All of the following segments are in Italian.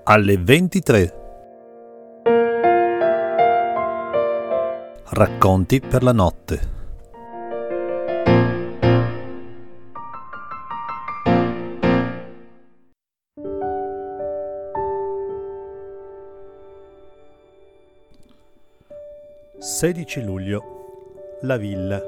alle 23. Racconti per la notte. «16 luglio. La villa.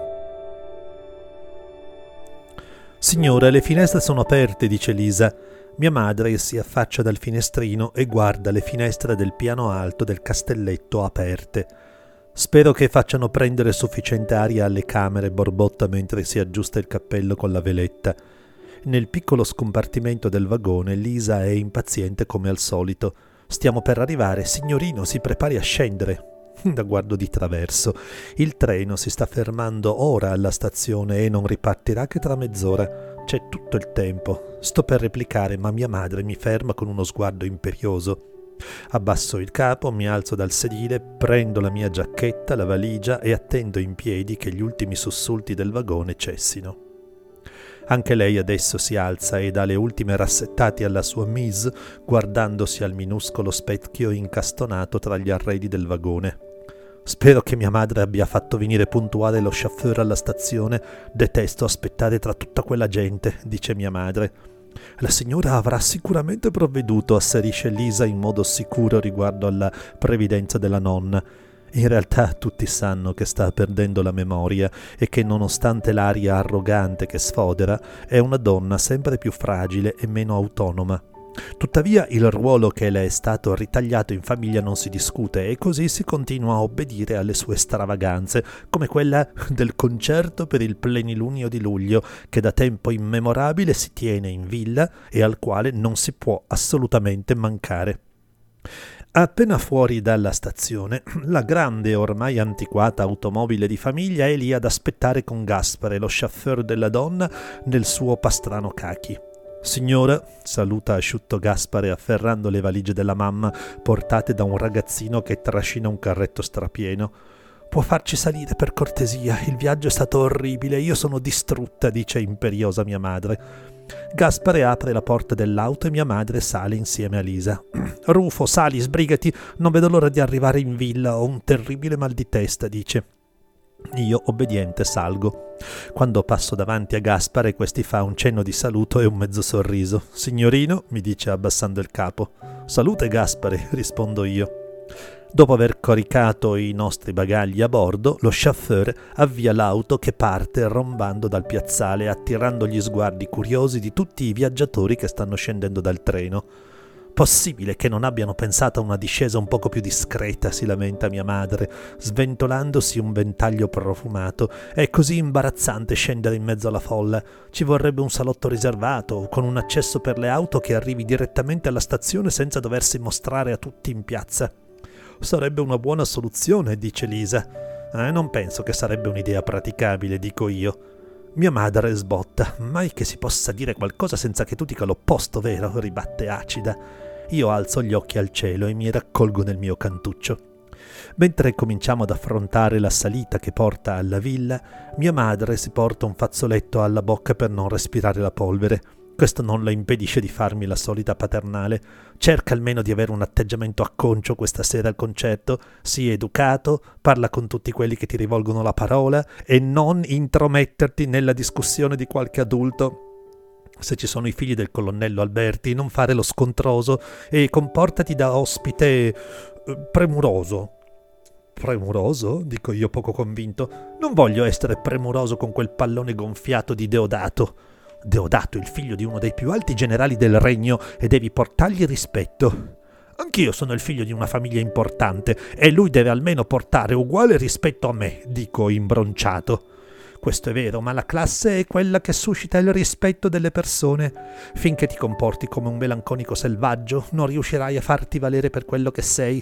Signora, le finestre sono aperte», dice Lisa. Mia madre si affaccia dal finestrino e guarda le finestre del piano alto del castelletto aperte. «Spero che facciano prendere sufficiente aria alle camere», borbotta mentre si aggiusta il cappello con la veletta. Nel piccolo scompartimento del vagone Lisa è impaziente come al solito. «Stiamo per arrivare, signorino, si prepari a scendere». Da guardo di traverso. Il treno si sta fermando ora alla stazione e non ripartirà che tra mezz'ora. C'è tutto il tempo. Sto per replicare, ma mia madre mi ferma con uno sguardo imperioso. Abbasso il capo, mi alzo dal sedile, prendo la mia giacchetta, la valigia e attendo in piedi che gli ultimi sussulti del vagone cessino. Anche lei adesso si alza e dà le ultime rassettate alla sua mise, guardandosi al minuscolo specchio incastonato tra gli arredi del vagone. «Spero che mia madre abbia fatto venire puntuale lo chauffeur alla stazione. Detesto aspettare tra tutta quella gente», dice mia madre. «La signora avrà sicuramente provveduto», asserisce Lisa in modo sicuro riguardo alla previdenza della nonna. In realtà tutti sanno che sta perdendo la memoria e che, nonostante l'aria arrogante che sfodera, è una donna sempre più fragile e meno autonoma. Tuttavia il ruolo che le è stato ritagliato in famiglia non si discute e così si continua a obbedire alle sue stravaganze, come quella del concerto per il plenilunio di luglio che da tempo immemorabile si tiene in villa e al quale non si può assolutamente mancare. Appena fuori dalla stazione, la grande e ormai antiquata automobile di famiglia è lì ad aspettare con Gaspare, lo chauffeur della donna, nel suo pastrano cachi. «Signora», saluta asciutto Gaspare afferrando le valigie della mamma portate da un ragazzino che trascina un carretto strapieno. «Può farci salire per cortesia? Il viaggio è stato orribile, io sono distrutta», dice imperiosa mia madre. Gaspare apre la porta dell'auto e mia madre sale insieme a Lisa. «Rufo, sali, sbrigati, non vedo l'ora di arrivare in villa, ho un terribile mal di testa», dice. Io, obbediente, salgo. Quando passo davanti a Gaspare, questi fa un cenno di saluto e un mezzo sorriso. «Signorino», mi dice abbassando il capo. «Salute, Gaspare», rispondo io. Dopo aver coricato i nostri bagagli a bordo, lo chauffeur avvia l'auto che parte rombando dal piazzale, attirando gli sguardi curiosi di tutti i viaggiatori che stanno scendendo dal treno. «Possibile che non abbiano pensato a una discesa un poco più discreta», si lamenta mia madre, sventolandosi un ventaglio profumato. «È così imbarazzante scendere in mezzo alla folla. Ci vorrebbe un salotto riservato, con un accesso per le auto che arrivi direttamente alla stazione senza doversi mostrare a tutti in piazza». «Sarebbe una buona soluzione», dice Lisa. «Non penso che sarebbe un'idea praticabile», dico io. Mia madre sbotta. «Mai che si possa dire qualcosa senza che tu dica l'opposto, vero?» ribatte acida. Io alzo gli occhi al cielo e mi raccolgo nel mio cantuccio. Mentre cominciamo ad affrontare la salita che porta alla villa, mia madre si porta un fazzoletto alla bocca per non respirare la polvere. Questo non la impedisce di farmi la solita paternale. Cerca almeno di avere un atteggiamento acconcio questa sera al concerto. Sii educato, parla con tutti quelli che ti rivolgono la parola e non intrometterti nella discussione di qualche adulto. Se ci sono i figli del colonnello Alberti, non fare lo scontroso e comportati da ospite premuroso». «Premuroso?» dico io poco convinto. «Non voglio essere premuroso con quel pallone gonfiato di Deodato». «Deodato, il figlio di uno dei più alti generali del regno, e devi portargli rispetto». «Anch'io sono il figlio di una famiglia importante e lui deve almeno portare uguale rispetto a me», dico imbronciato. «Questo è vero, ma la classe è quella che suscita il rispetto delle persone. Finché ti comporti come un melanconico selvaggio, non riuscirai a farti valere per quello che sei.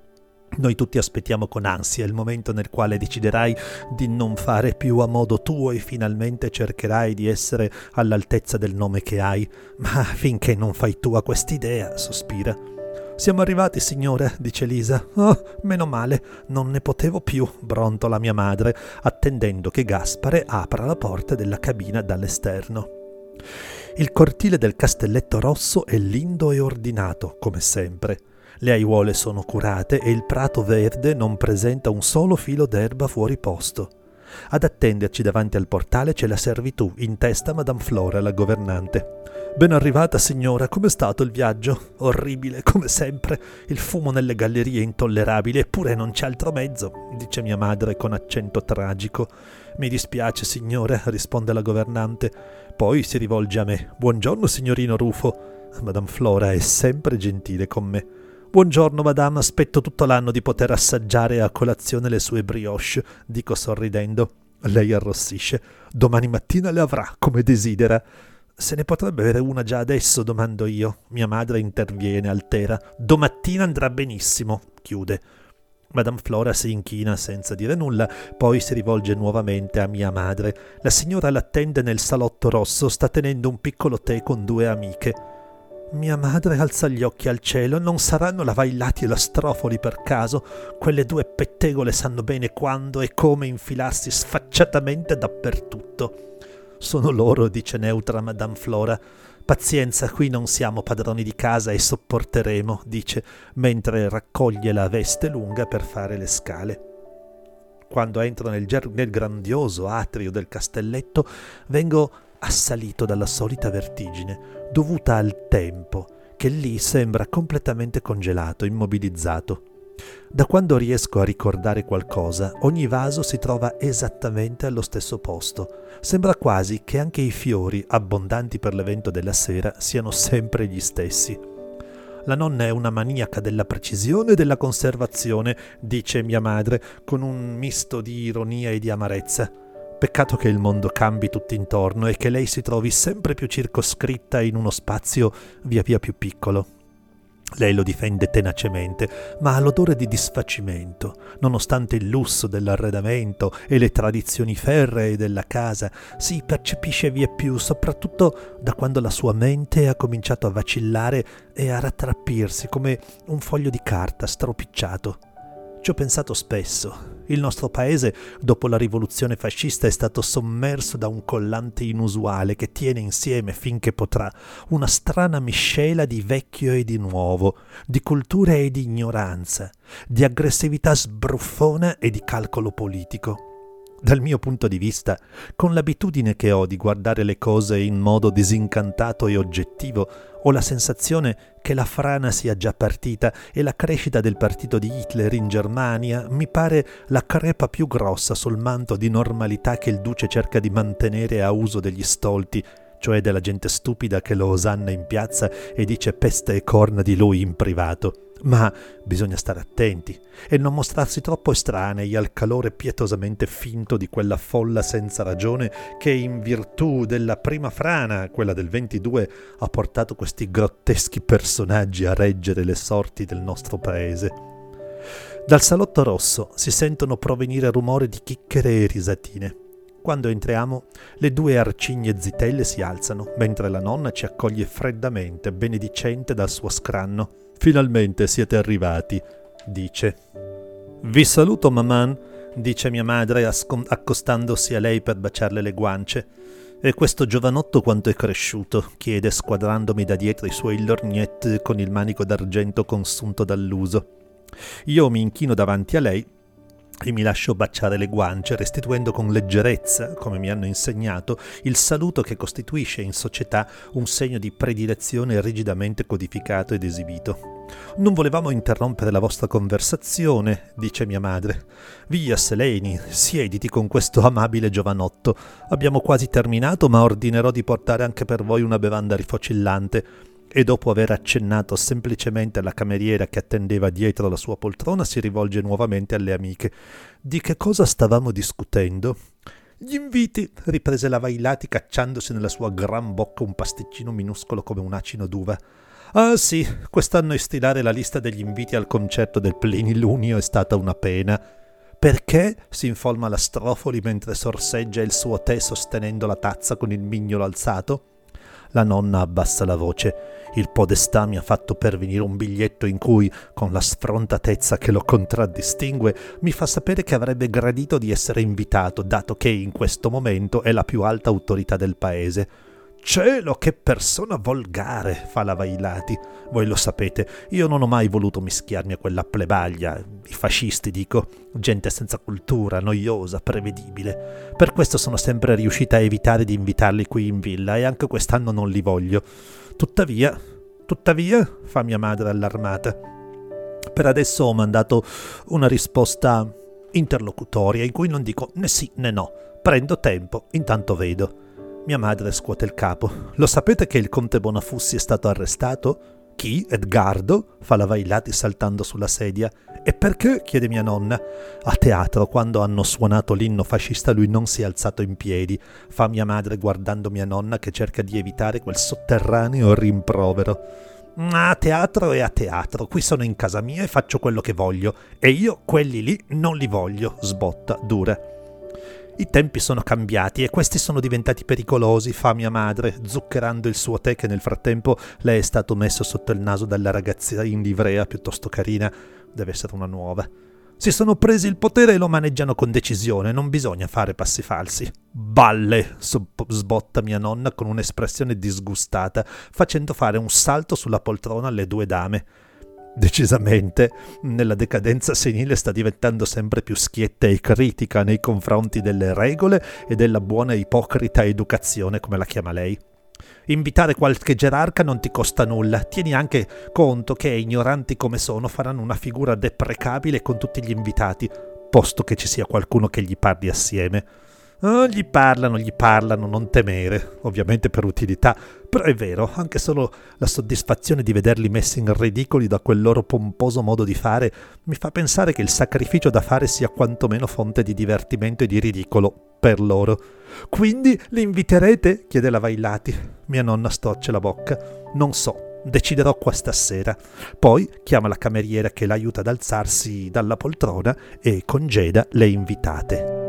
Noi tutti aspettiamo con ansia il momento nel quale deciderai di non fare più a modo tuo e finalmente cercherai di essere all'altezza del nome che hai. Ma finché non fai tua quest'idea», sospira. «Siamo arrivati, signore», dice Lisa. «Oh, meno male, non ne potevo più», brontola mia madre, attendendo che Gaspare apra la porta della cabina dall'esterno. Il cortile del Castelletto Rosso è lindo e ordinato, come sempre. Le aiuole sono curate e il prato verde non presenta un solo filo d'erba fuori posto. Ad attenderci davanti al portale c'è la servitù, in testa Madame Flora, la governante. «Ben arrivata, signora, com'è stato il viaggio?» «Orribile, come sempre. Il fumo nelle gallerie è intollerabile, eppure non c'è altro mezzo», dice mia madre con accento tragico. «Mi dispiace, signora», risponde la governante. Poi si rivolge a me. «Buongiorno, signorino Rufo». Madame Flora è sempre gentile con me. «Buongiorno, madame, aspetto tutto l'anno di poter assaggiare a colazione le sue brioche», dico sorridendo. Lei arrossisce. «Domani mattina le avrà, come desidera». «Se ne potrebbe avere una già adesso?» domando io. Mia madre interviene, altera. «Domattina andrà benissimo», chiude. Madame Flora si inchina senza dire nulla, poi si rivolge nuovamente a mia madre. La signora l'attende nel salotto rosso, sta tenendo un piccolo tè con 2 amiche. Mia madre alza gli occhi al cielo. «Non saranno la Vaillati e la Strofoli per caso? Quelle 2 pettegole sanno bene quando e come infilarsi sfacciatamente dappertutto». «Sono loro», dice neutra Madame Flora. «Pazienza, qui non siamo padroni di casa e sopporteremo», dice, mentre raccoglie la veste lunga per fare le scale. Quando entro nel grandioso atrio del castelletto, vengo assalito dalla solita vertigine, dovuta al tempo, che lì sembra completamente congelato, immobilizzato. Da quando riesco a ricordare qualcosa, ogni vaso si trova esattamente allo stesso posto. Sembra quasi che anche i fiori, abbondanti per l'evento della sera, siano sempre gli stessi. «La nonna è una maniaca della precisione e della conservazione», dice mia madre, con un misto di ironia e di amarezza. Peccato che il mondo cambi tutto intorno e che lei si trovi sempre più circoscritta in uno spazio via via più piccolo. Lei lo difende tenacemente, ma ha l'odore di disfacimento. Nonostante il lusso dell'arredamento e le tradizioni ferree della casa, si percepisce vieppiù, soprattutto da quando la sua mente ha cominciato a vacillare e a rattrappirsi come un foglio di carta stropicciato. Ci ho pensato spesso. Il nostro paese, dopo la rivoluzione fascista, è stato sommerso da un collante inusuale che tiene insieme, finché potrà, una strana miscela di vecchio e di nuovo, di cultura e di ignoranza, di aggressività sbruffona e di calcolo politico. Dal mio punto di vista, con l'abitudine che ho di guardare le cose in modo disincantato e oggettivo, ho la sensazione che la frana sia già partita e la crescita del partito di Hitler in Germania mi pare la crepa più grossa sul manto di normalità che il duce cerca di mantenere a uso degli stolti, cioè della gente stupida che lo osanna in piazza e dice peste e corna di lui in privato. Ma bisogna stare attenti e non mostrarsi troppo estranei al calore pietosamente finto di quella folla senza ragione che in virtù della prima frana, quella del 22, ha portato questi grotteschi personaggi a reggere le sorti del nostro paese. Dal salotto rosso si sentono provenire rumori di chicchere e risatine. Quando entriamo, le 2 arcigne zitelle si alzano, mentre la nonna ci accoglie freddamente, benedicente dal suo scranno. «Finalmente siete arrivati», dice. «Vi saluto, maman», dice mia madre accostandosi a lei per baciarle le guance. «E questo giovanotto quanto è cresciuto?» chiede squadrandomi da dietro i suoi lorgnetti con il manico d'argento consunto dall'uso. Io mi inchino davanti a lei e mi lascio baciare le guance, restituendo con leggerezza, come mi hanno insegnato, il saluto che costituisce in società un segno di predilezione rigidamente codificato ed esibito. «Non volevamo interrompere la vostra conversazione», dice mia madre. «Via, Seleni, siediti con questo amabile giovanotto. Abbiamo quasi terminato, ma ordinerò di portare anche per voi una bevanda rifocillante». E dopo aver accennato semplicemente alla cameriera che attendeva dietro la sua poltrona, si rivolge nuovamente alle amiche. «Di che cosa stavamo discutendo?» «Gli inviti», riprese la Vaillati cacciandosi nella sua gran bocca un pasticcino minuscolo come un acino d'uva. «Ah sì, quest'anno istilare la lista degli inviti al concerto del Plenilunio è stata una pena». «Perché?» si informa la Strofoli mentre sorseggia il suo tè sostenendo la tazza con il mignolo alzato. La nonna abbassa la voce. Il podestà mi ha fatto pervenire un biglietto in cui, con la sfrontatezza che lo contraddistingue, mi fa sapere che avrebbe gradito di essere invitato, dato che in questo momento è la più alta autorità del paese. Cielo, che persona volgare, fa la Vailati. Voi lo sapete, io non ho mai voluto mischiarmi a quella plebaglia, i fascisti dico, gente senza cultura, noiosa, prevedibile. Per questo sono sempre riuscita a evitare di invitarli qui in villa e anche quest'anno non li voglio. Tuttavia, fa mia madre allarmata, per adesso ho mandato una risposta interlocutoria in cui non dico né sì né no, prendo tempo, intanto vedo. Mia madre scuote il capo. Lo sapete che il conte Bonafussi è stato arrestato? Chi? Edgardo? Fa la Vailati saltando sulla sedia. E perché? Chiede mia nonna. A teatro, quando hanno suonato l'inno fascista, lui non si è alzato in piedi. Fa mia madre guardando mia nonna che cerca di evitare quel sotterraneo rimprovero. A teatro e a teatro. Qui sono in casa mia e faccio quello che voglio. E io quelli lì non li voglio, sbotta, dura. I tempi sono cambiati e questi sono diventati pericolosi, fa mia madre, zuccherando il suo tè che nel frattempo le è stato messo sotto il naso dalla ragazza in livrea piuttosto carina, deve essere una nuova. Si sono presi il potere e lo maneggiano con decisione, non bisogna fare passi falsi. Balle, sbotta mia nonna con un'espressione disgustata, facendo fare un salto sulla poltrona alle due dame. Decisamente, nella decadenza senile sta diventando sempre più schietta e critica nei confronti delle regole e della buona ipocrita educazione, come la chiama lei. Invitare qualche gerarca non ti costa nulla, tieni anche conto che, ignoranti come sono, faranno una figura deprecabile con tutti gli invitati, posto che ci sia qualcuno che gli parli assieme. Gli parlano, non temere, ovviamente per utilità, però è vero, anche solo la soddisfazione di vederli messi in ridicoli da quel loro pomposo modo di fare mi fa pensare che il sacrificio da fare sia quantomeno fonte di divertimento e di ridicolo per loro. Quindi li inviterete? Chiede la Vailati. Mia nonna storce la bocca. Non so, deciderò questa sera. Poi chiama la cameriera che l'aiuta ad alzarsi dalla poltrona e congeda le invitate.